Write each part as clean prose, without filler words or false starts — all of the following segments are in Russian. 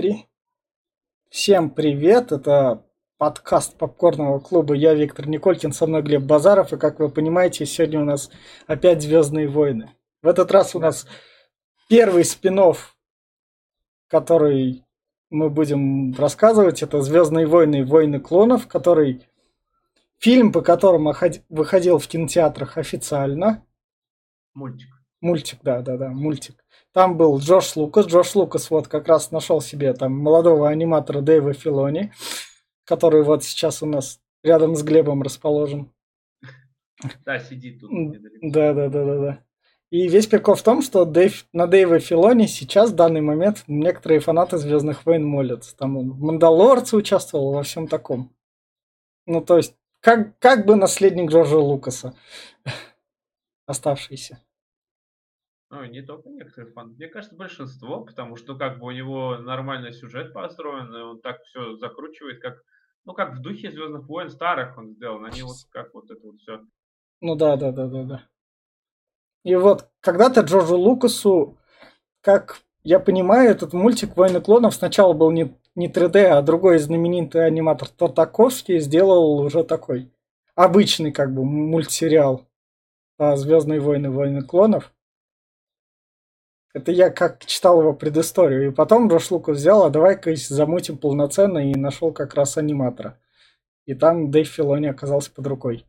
Три. Всем привет, это подкаст Попкорного клуба, я Виктор Николькин, со мной Глеб Базаров, и как вы понимаете, сегодня у нас опять «Звездные войны». В этот раз у нас первый спин-офф, который мы будем рассказывать, это «Звездные войны. Войны клонов», который фильм, по которому выходил в кинотеатрах официально. Мультик, да, мультик. Там был Джордж Лукас. Джордж Лукас вот как раз нашел себе там молодого аниматора Дэйва Филони, который вот сейчас у нас рядом с Глебом расположен. Да, сидит тут. Да. И весь прикол в том, что на Дэйва Филони сейчас, в данный момент, некоторые фанаты «Звездных войн» молятся. Там он в «Мандалорце» участвовал, во всем таком. Ну, то есть, как бы наследник Джорджа Лукаса. Оставшийся. Ну, не только некоторые фанаты. Мне кажется, большинство, потому что как бы у него нормальный сюжет построен, и он так все закручивает, как в духе «Звездных войн» старых он сделан. Они вот как вот это вот все. Ну да. И вот когда-то Джорджу Лукасу, как я понимаю, этот мультик «Войны клонов» сначала был не 3D, а другой знаменитый аниматор Тартаковский сделал уже такой обычный как бы мультсериал по «Звездные войны. Войны клонов». Это я как читал его предысторию. И потом Джордж Лукас взял, а давай-ка замутим полноценно, и нашел как раз аниматора. И там Дэйв Филони оказался под рукой.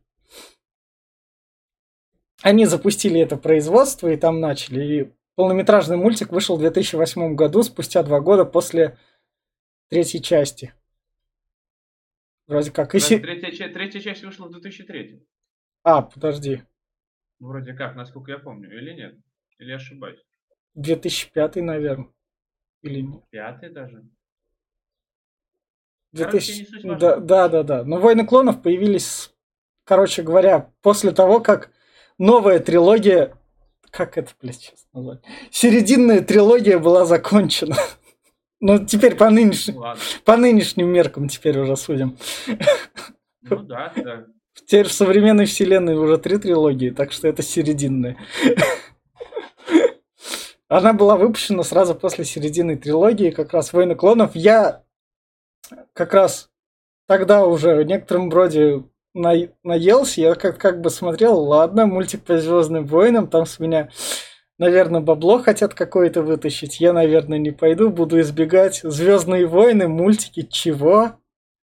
Они запустили это производство и там начали. И полнометражный мультик вышел в 2008 году, спустя 2 года после третьей части. Вроде как. Третья часть вышла в 2003. Подожди. Вроде как, насколько я помню. Или нет? Или я ошибаюсь? 2005, наверное. Или нет? 5 даже? 2000... Да. Но «Войны клонов» появились, короче говоря, после того, как новая трилогия... Как это, сейчас назвать? Серединная трилогия была закончена. Ну, теперь по нынешним меркам теперь уже судим. Ну да. Теперь в современной вселенной уже 3 трилогии, так что это серединная. Она была выпущена сразу после середины трилогии, как раз «Войны клонов». Я как раз тогда уже в некотором роде наелся, я как бы смотрел, ладно, мультик по «Звездным войнам», там с меня, наверное, бабло хотят какое-то вытащить, я, наверное, не пойду, буду избегать. «Звездные войны», мультики, чего?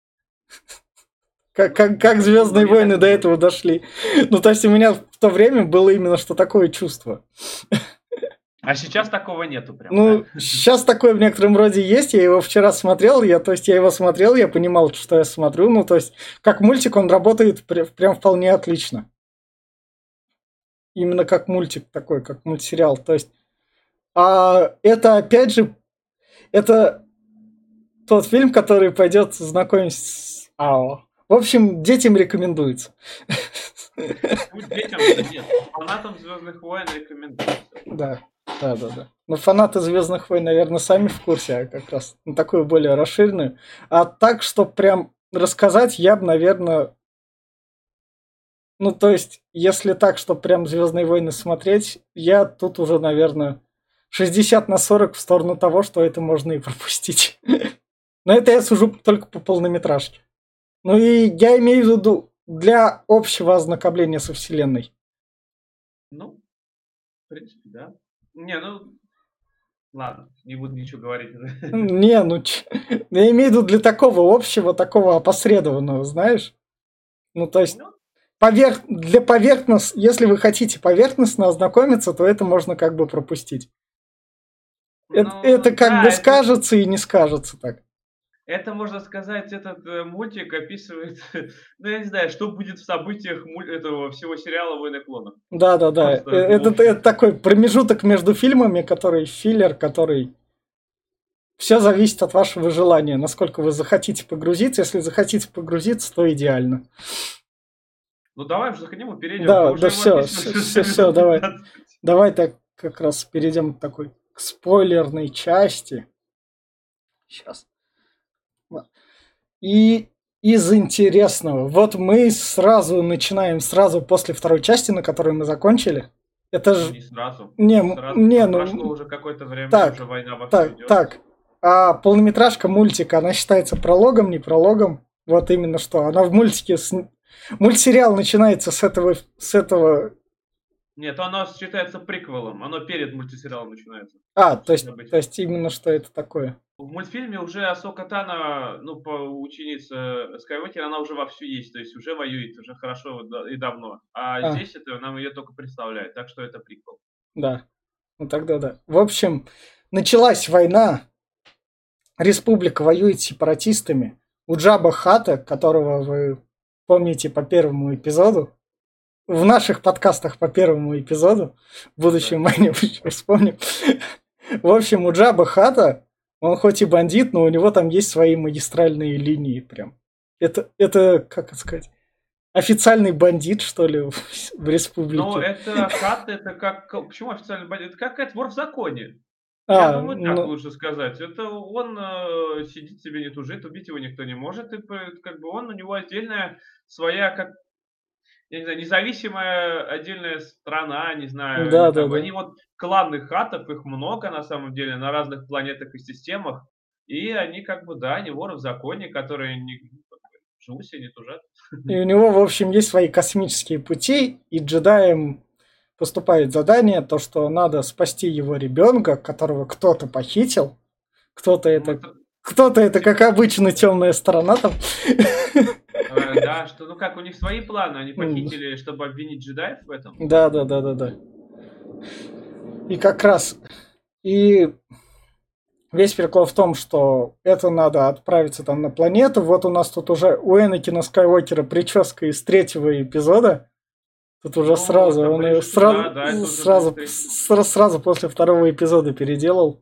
Как «Звездные войны» до этого дошли? Ну, то есть у меня в то время было именно что такое чувство. А сейчас такого нету прям. Ну, да? Сейчас такое в некотором роде есть. Я его вчера смотрел. Я его смотрел, я понимал, что я смотрю. Ну, то есть, как мультик он работает прям вполне отлично. Именно как мультик такой, как мультсериал. То есть, это, опять же, это тот фильм, который пойдет знакомить с АО. В общем, детям рекомендуется. Детям нет. Фанатам «Звездных войн» рекомендуется. Да. Но фанаты «Звездных войн», наверное, сами в курсе, а как раз на такую более расширенную. А так, что прям рассказать, я бы, наверное... Ну, то есть, если так, что прям «Звездные войны» смотреть, я тут уже, наверное, 60/40 в сторону того, что это можно и пропустить. Но это я сужу только по полнометражке. Ну и я имею в виду для общего ознакомления со вселенной. Ну, в принципе, да. Ладно, не буду ничего говорить. Я имею в виду для такого общего, такого опосредованного, знаешь? Ну, то есть, если вы хотите поверхностно ознакомиться, то это можно как бы пропустить. Это как бы скажется и не скажется так. Это, можно сказать, этот мультик описывает, я не знаю, что будет в событиях этого всего сериала «Войны клонов». Да. Это такой промежуток между фильмами, который филлер, который... Все зависит от вашего желания, насколько вы захотите погрузиться. Если захотите погрузиться, то идеально. Ну, давай уже к нему перейдем. Да, все, давай. Давай так как раз перейдем к спойлерной части. Сейчас. И из интересного. Вот мы начинаем сразу после второй части, на которой мы закончили. Это же... Не сразу. Прошло уже какое-то время, уже война вовсю идет. Так. А полнометражка мультика, она считается прологом, не прологом? Вот именно что. Она в мультике... Мультсериал начинается с этого. Нет, оно считается приквелом. Оно перед мультисериалом начинается. То Все есть, то события. есть именно что это такое. В мультфильме уже Асока Тано, ну, по ученица Скайуокера, она уже вовсю есть, то есть уже воюет, уже хорошо и давно. А А, здесь это нам ее только представляют, так что это приквел. да. Ну тогда да. В общем, началась война. Республика воюет с сепаратистами. У Джаба Хата, которого вы помните по первому эпизоду, в наших подкастах по первому эпизоду, в будущем Да. мы не вспомним. В общем, у Джаба Хата, он хоть и бандит, но у него там есть свои магистральные линии прям. Это как сказать, официальный бандит, что ли, в Но республике. это хат, это как... Почему официально бандит? Это какая-то вор в законе. Я думаю, так Ну, лучше сказать. Это он сидит себе, не тужит, убить его никто не может. И как бы он, у него отдельная своя, как я не знаю, независимая отдельная страна, не знаю, да, они да, там, да. они вот кланы хатов, их много на самом деле на разных планетах и системах, и они как бы, да, они воры в законе, которые не, живут себе, не тужат. И у него, в общем, есть свои космические пути, и джедаям поступает задание, то, что надо спасти его ребенка, которого кто-то похитил. Кто-то Ну, это, это кто-то это, как типа, обычно, темная сторона там. да, что, ну как, у них свои планы, они похитили, чтобы обвинить джедаев в этом. Да, да, да, да, да. И как раз и весь прикол в том, что это надо отправиться там на планету. Вот у нас тут уже у Энакина Скайуокера прическа из третьего эпизода. Тут уже Ну, сразу, это он ее ближе туда, да, это уже будет сразу, третий. сразу после второго эпизода переделал.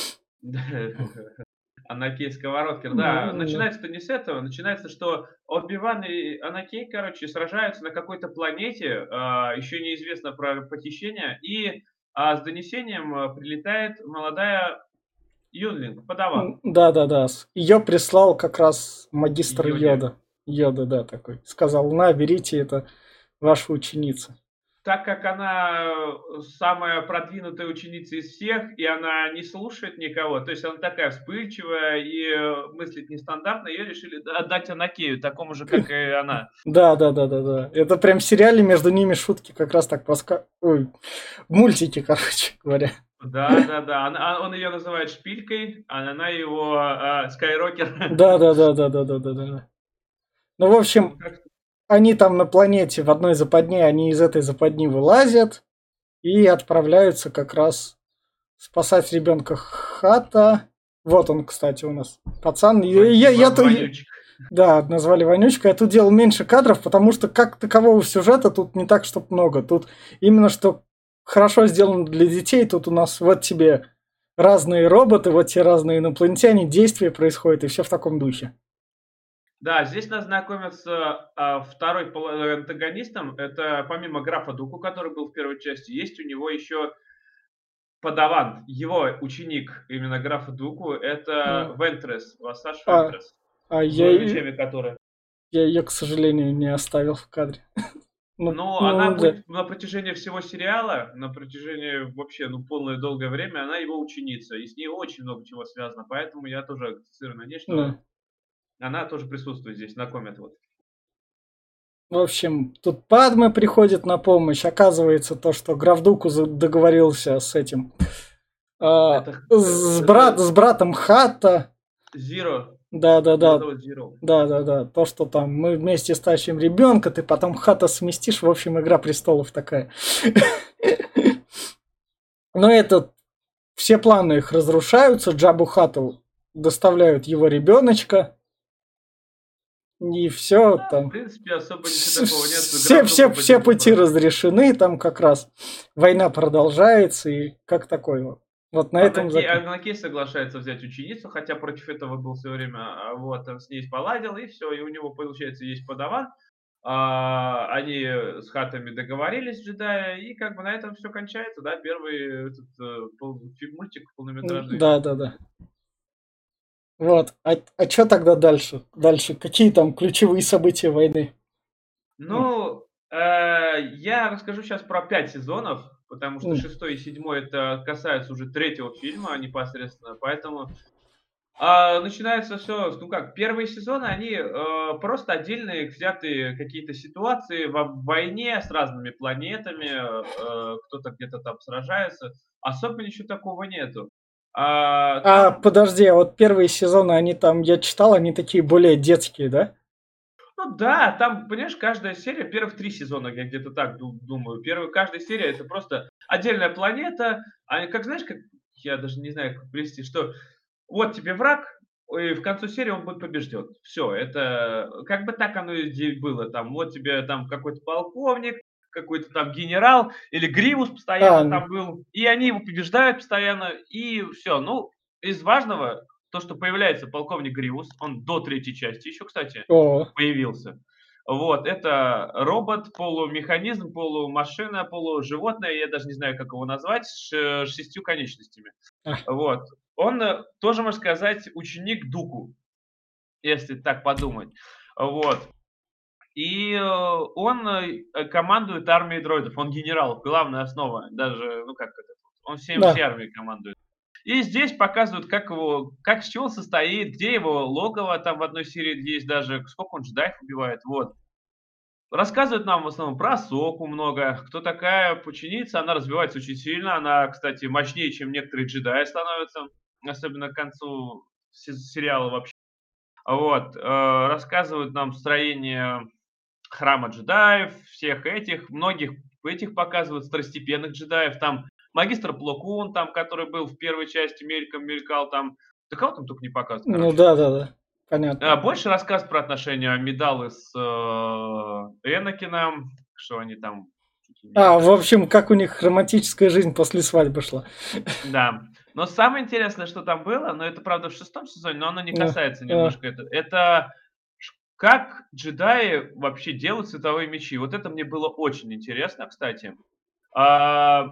Анакей Сковородкин, да. Да. Начинается-то не с этого. Начинается, что Оби-Ван и Анакей, короче, сражаются на какой-то планете, еще неизвестно про похищение, и с донесением прилетает молодая Юнлинг, подаван, Да, да, да. Ее прислал как раз магистр Йоде. Йода. Йода, да, такой. Сказал, на, берите, это ваша ученица. Так как она самая продвинутая ученица из всех, и она не слушает никого, то есть она такая вспыльчивая и мыслит нестандартно, ее решили отдать Анакею, такому же, как и она. Да, да, да, да, да. Это прям в сериале между ними шутки как раз так Ой, в мультике, короче говоря. Да-да-да, он ее называет шпилькой, а она его, Скайрокер. Да, да, да, да, да, да, да, да. Ну, в общем, Ну, как они там на планете в одной западне, они из этой западни вылазят и отправляются как раз спасать ребенка Хата. Вот он, кстати, у нас пацан. вонючка. Да, назвали Вонючка. Я тут делал меньше кадров, потому что как такового сюжета тут не так, чтоб много. Тут именно что хорошо сделано для детей. Тут у нас вот тебе разные роботы, вот те разные инопланетяне, действия происходят, и все в таком духе. Да, здесь нас знакомят с, второй антагонистом. Это помимо графа Дуку, который был в первой части, есть у него еще подаван, его ученик, именно графа Дуку, это Ну, Вентрес, Вассаж А, Вентрес, а с двумя мечами которой. я ее, к сожалению, не оставил в кадре. Но она Ну, да. будет на протяжении всего сериала, на протяжении вообще, ну, полное долгое время, она его ученица, и с ней очень много чего связано, поэтому я тоже акцентирую на ней, что Да. она тоже присутствует здесь, знакомят вот. В общем, тут Падме приходит на помощь. Оказывается, то, что граф Дуку договорился с этим. Это С братом Хатта. Зиро, Да, да, его да. зовут Зиро. Да, да, да. То, что там мы вместе стащим ребенка, ты потом Хата сместишь. В общем, Игра престолов такая. Но это все планы их разрушаются. Джабу Хату доставляют его ребеночка. И все Да, в там. принципе, особо ничего такого нет, граф Дука Все погибнет пути просто. разрешены, там как раз война продолжается, и как такой вот. Вот на этом закон. Анакей соглашается взять ученицу, хотя против этого был все время, вот, он с ней поладил, и все, и у него, получается, есть подаван. Они с хатами договорились, джедая, и как бы на этом все кончается, да, первый этот, мультик полнометражный. Да, да, да. Вот. А что тогда дальше? Дальше. Какие там ключевые события войны? Ну, я расскажу сейчас про 5 сезонов, потому что М, шестой и седьмой это касается уже третьего фильма непосредственно, поэтому Начинается все, ну как, первые сезоны, они, просто отдельные взятые какие-то ситуации в войне с разными планетами, кто-то где-то там сражается. Особо ничего такого нету. Там, Подожди, а вот первые сезоны, они там, я читал, они такие более детские, да? ну да, там, понимаешь, каждая серия, первых 3 сезона, я где-то так думаю. Каждая серия — это просто отдельная планета. Как знаешь, как я даже не знаю, как привести, что вот тебе враг, и в конце серии он будет побежден. Все, это как бы так оно и было. Там вот тебе там какой-то полковник, какой-то там генерал или Гривус А, постоянно там был, и они его побеждают постоянно, и все. Ну, из важного, то, что появляется полковник Гривус, он до третьей части еще, кстати, о, появился. Вот, это робот, полумеханизм, полумашина, полуживотное, я даже не знаю, как его назвать, с 6 конечностями. а, Вот. Он, тоже, можно сказать, ученик Дуку, если так подумать. Вот. И, он, командует армией дроидов. Он генерал, главная основа. Даже, ну, как это, он всей да. армией командует. И здесь показывают, как, с чего он состоит, где его логово, там в одной серии есть даже, сколько он джедаев убивает, вот. Рассказывают нам в основном про Асоку много, кто такая ученица, она развивается очень сильно, она, кстати, мощнее, чем некоторые джедаи становятся, особенно к концу сериала вообще. Вот, рассказывают нам строение храма джедаев, всех этих, многих этих показывают, второстепенных джедаев, там магистр Пло Кун, там, который был в первой части, мельком мелькал там, да кого там только не показывают, Ну короче. да, да, да. Понятно. Больше рассказ про отношения Амидалы с, Энакином, что они там чуть ли не В это. общем, как у них романтическая жизнь после свадьбы шла. Да. Но самое интересное, что там было, но это, правда, в шестом сезоне, но оно не Ну, касается а, немножко это как джедаи вообще делают световые мечи. Вот это мне было очень интересно, кстати. А,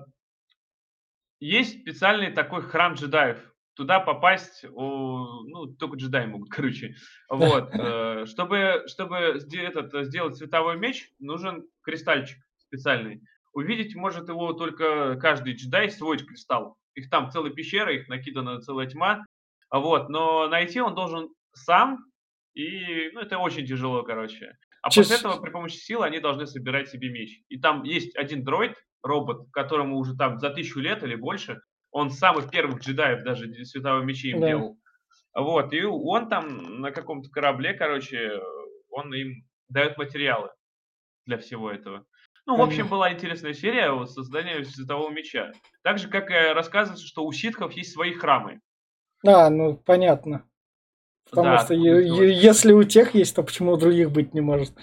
Есть специальный такой храм джедаев. Туда попасть, ну, только джедаи могут, короче. да. Вот, чтобы сделать световой меч, нужен кристальчик специальный. Увидеть может его только каждый джедай, свой кристалл. Их там целая пещера, их накидана целая тьма. Вот, но найти он должен сам, и, ну, это очень тяжело, короче. А после этого Чис- при помощи сил они должны собирать себе меч. И там есть один дроид, робот, которому уже там за 1000 лет или больше, он с самых первых джедаев даже световые мечи им Да. делал. Вот, и он там на каком-то корабле, короче, он им дает материалы для всего этого. Ну, в общем, Понятно. была интересная серия вот создания светового меча. Так же, как и рассказывается, что у ситхов есть свои храмы. Ну понятно. Потому Да, что откуда все вот это. если у тех есть, то почему у других быть не может?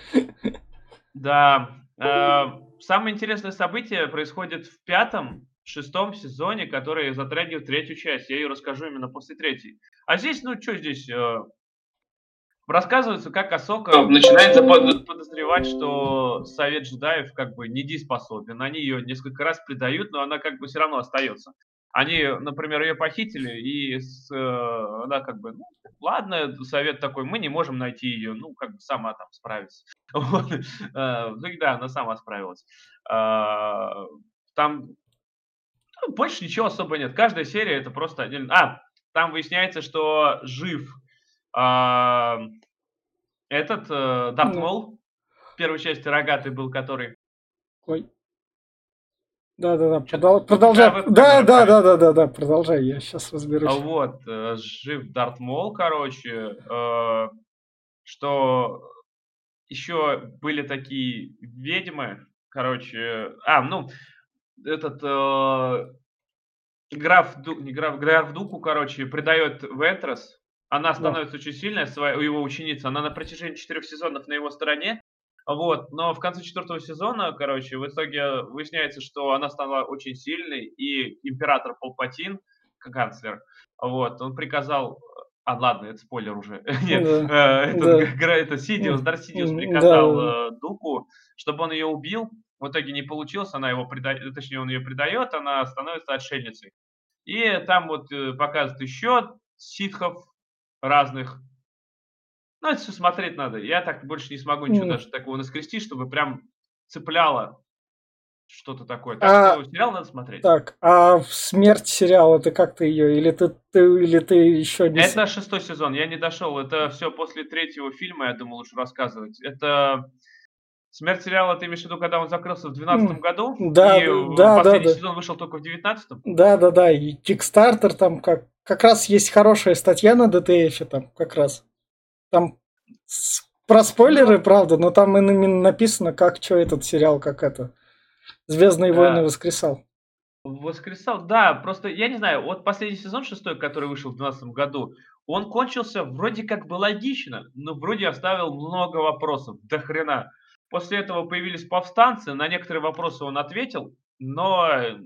Да, самое интересное событие происходит в пятом, шестом сезоне, который затрагивает третью часть. Я ее расскажу именно после третьей. А здесь, ну, что здесь? Рассказывается, как Асока начинает подозревать, что Совет джедаев как бы недееспособен. Они ее несколько раз предают, но она как бы все равно остается. Они, например, ее похитили, и она как бы, ну, ладно, совет такой, мы не можем найти ее, ну, как бы сама там справится. Вот. В итоге, да, она сама справилась. А, Там больше ничего особо нет. Каждая серия это просто отдельно. Там выясняется, что жив а, этот, Дарт Ну, Мол, в первой части рогатый был, который ой. Да-да-да, что-то у тебя продолжай. Да, веб-камера да, да, палит. да, да, да, продолжай, я сейчас разберусь. Вот, жив Дарт Мол, короче, что еще были такие ведьмы, короче. Ну, этот, граф Дуку, короче, предает Вентрос. Она Да. становится очень сильная, его ученица. Она на протяжении 4 сезонов на его стороне. Вот, но в конце четвертого сезона, короче, в итоге выясняется, что она стала очень сильной, и император Палпатин, канцлер, вот, он приказал, ладно, это спойлер уже, нет, Да. Да. это Сидиус, Дарт Сидиус Да, приказал да, Дуку, чтобы он ее убил. В итоге не получилось, она его предает, точнее, он ее предает, она становится отшельницей. И там вот, показывают еще ситхов разных. Ну, это всё смотреть надо. Я так больше не смогу ничего да. даже такого наскрести, чтобы прям цепляло. что-то такое. Так А, что сериал надо смотреть. так, а в смерть сериала ты как ты ее? Или ты еще не... Это 6-й сезон, я не дошел. Это все после 3-го фильма, я думал, лучше рассказывать. Это смерть сериала, ты имеешь в виду, когда он закрылся в 12 году, Да, и да, да, последний да. сезон вышел только в 19-м? Да, да, да. И Kickstarter там как раз есть хорошая статья на DTF там как раз. Там про спойлеры, Ну, правда, но там именно написано, как что этот сериал, как это. Звездные войны э, воскресал. воскресал, да, просто я не знаю, вот последний сезон 6-й, который вышел в 12 году, он кончился вроде как бы логично, но вроде оставил много вопросов, до хрена. После этого появились повстанцы, на некоторые вопросы он ответил, но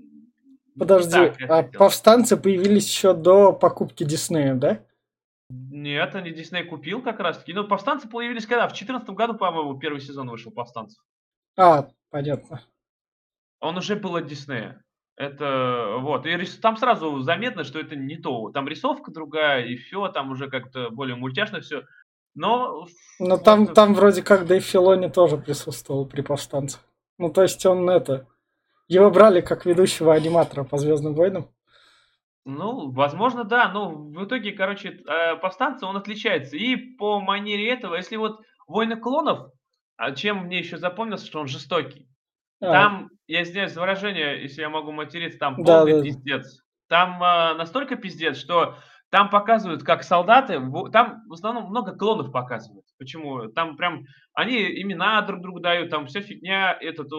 не Подожди, так, как а хотелось. повстанцы появились еще до покупки Диснея, да? Нет, они Дисней купил как раз таки. Ну, повстанцы появились когда? В 14 году, по-моему, первый сезон вышел повстанцев. А, понятно. Он уже был от Диснея. Это вот. И там сразу заметно, что это не то. Там рисовка другая, и все, там уже как-то более мультяшно все. Но Но там, вот, там вроде как Дэйв Филони тоже присутствовал при повстанцах. Ну, то есть он это... Его брали как ведущего аниматора по Звездным войнам. ну, возможно, да. Но в итоге, короче, повстанцы, он отличается. И по манере этого, если вот «Войны клонов», чем мне еще запомнился, что он жестокий. А, Там, я извиняюсь за выражение, если я могу материться, там да, полный да. пиздец. Там настолько пиздец, что там показывают, как солдаты, там в основном много клонов показывают. Почему? Там прям они имена друг другу дают, там вся фигня,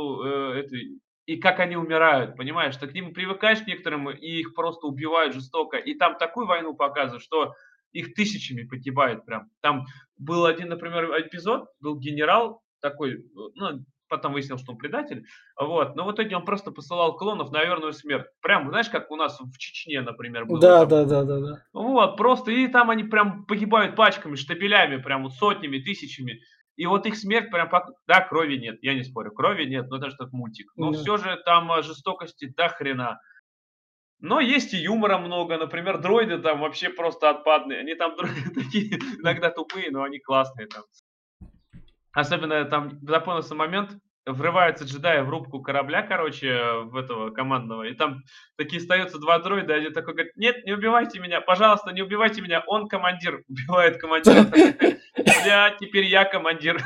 и как они умирают, понимаешь? Ты к ним привыкаешь к некоторым, и их просто убивают жестоко. И там такую войну показывают, что их тысячами погибает прям. Там был один, например, эпизод, был генерал такой, ну, потом выяснилось, что он предатель, вот, но в итоге он просто посылал клонов на верную смерть. Прям, знаешь, как у нас в Чечне, например, было Да, там. да, да, да, да. Вот, просто, и там они прям погибают пачками, штабелями, прям вот сотнями, тысячами. И вот их смерть прям, да, крови нет, я не спорю, крови нет, но это же как мультик. Но Да. все же там жестокости до хрена. Но есть и юмора много, например, дроиды там вообще просто отпадные. Они там такие иногда тупые, но они классные там. Особенно там запомнился момент, врываются джедаи в рубку корабля, короче, в этого командного, и там такие остаются два дроида, один такой говорит: "Нет, не убивайте меня, пожалуйста, не убивайте меня, он командир". Убивает командира, он такой: "Бля, теперь я командир".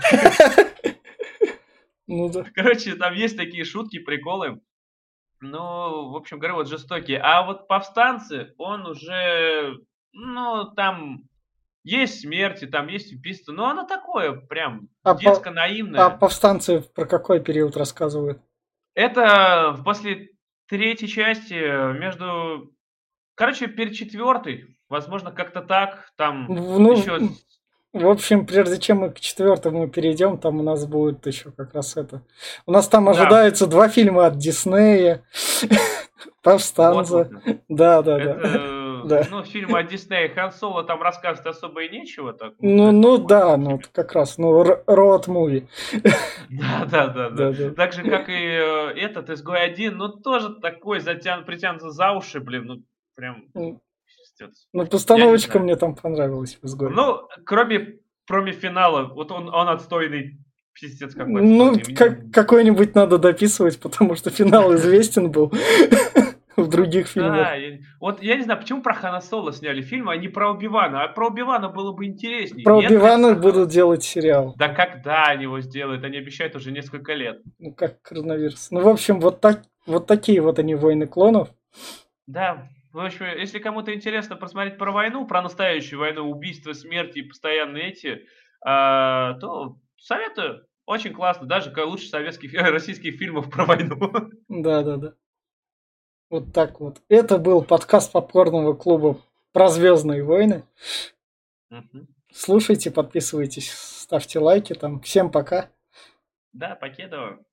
Ну да. Короче, там есть такие шутки, приколы. Ну, в общем говоря, вот жестокие. А вот повстанцы, он уже, ну, там есть смерти, там есть убийство, но оно такое прям А, а детско-наивное. повстанцы про какой период рассказывают? Это после третьей части, между короче, перед четвертой, возможно, как-то так. Там Ну, еще в общем, прежде чем мы к четвертому перейдем, там у нас будет еще как раз это. У нас там да, ожидается два фильма от Диснея, вот-вот. Повстанца. Да, да, да. Это, Да. ну, фильм от Диснея, Хан Соло там рассказывать особо и нечего, так, ну, Ну, это ну такое да, ну себе. вот как раз, ну, роад муви. Да-да-да-да. Да, да. Так же, как и, этот "Изгой один", ну, тоже такой притянут за уши, блин, ну, прям пиздец. Ну, Я не постановочка знаю. мне там понравилась в «Изгое». Ну, кроме финала, вот он отстойный, пиздец какой Ну, отстойный. Мне какой-нибудь надо дописывать, потому что финал известен был в ну других фильмах. да, вот я не знаю, почему про Хана Соло сняли фильм, а не про Оби-Вана. А про Оби-Вана было бы интересней. Про Нет, хотят Оби-Вана про Хана. будут делать сериал. Да когда они его сделают? Они обещают уже несколько лет. Ну, как коронавирус. Ну, в общем, вот такие вот они «Войны клонов». Да, в общем, если кому-то интересно посмотреть про войну, про настоящую войну, убийства, смерти и постоянные эти, то советую. Очень классно, даже лучше советских, российских фильмов про войну. Да-да-да. Вот так вот. Это был подкаст Попкорного клуба про «Звездные войны». Мгм. Слушайте, подписывайтесь, ставьте лайки там. Всем пока. Да, покедова.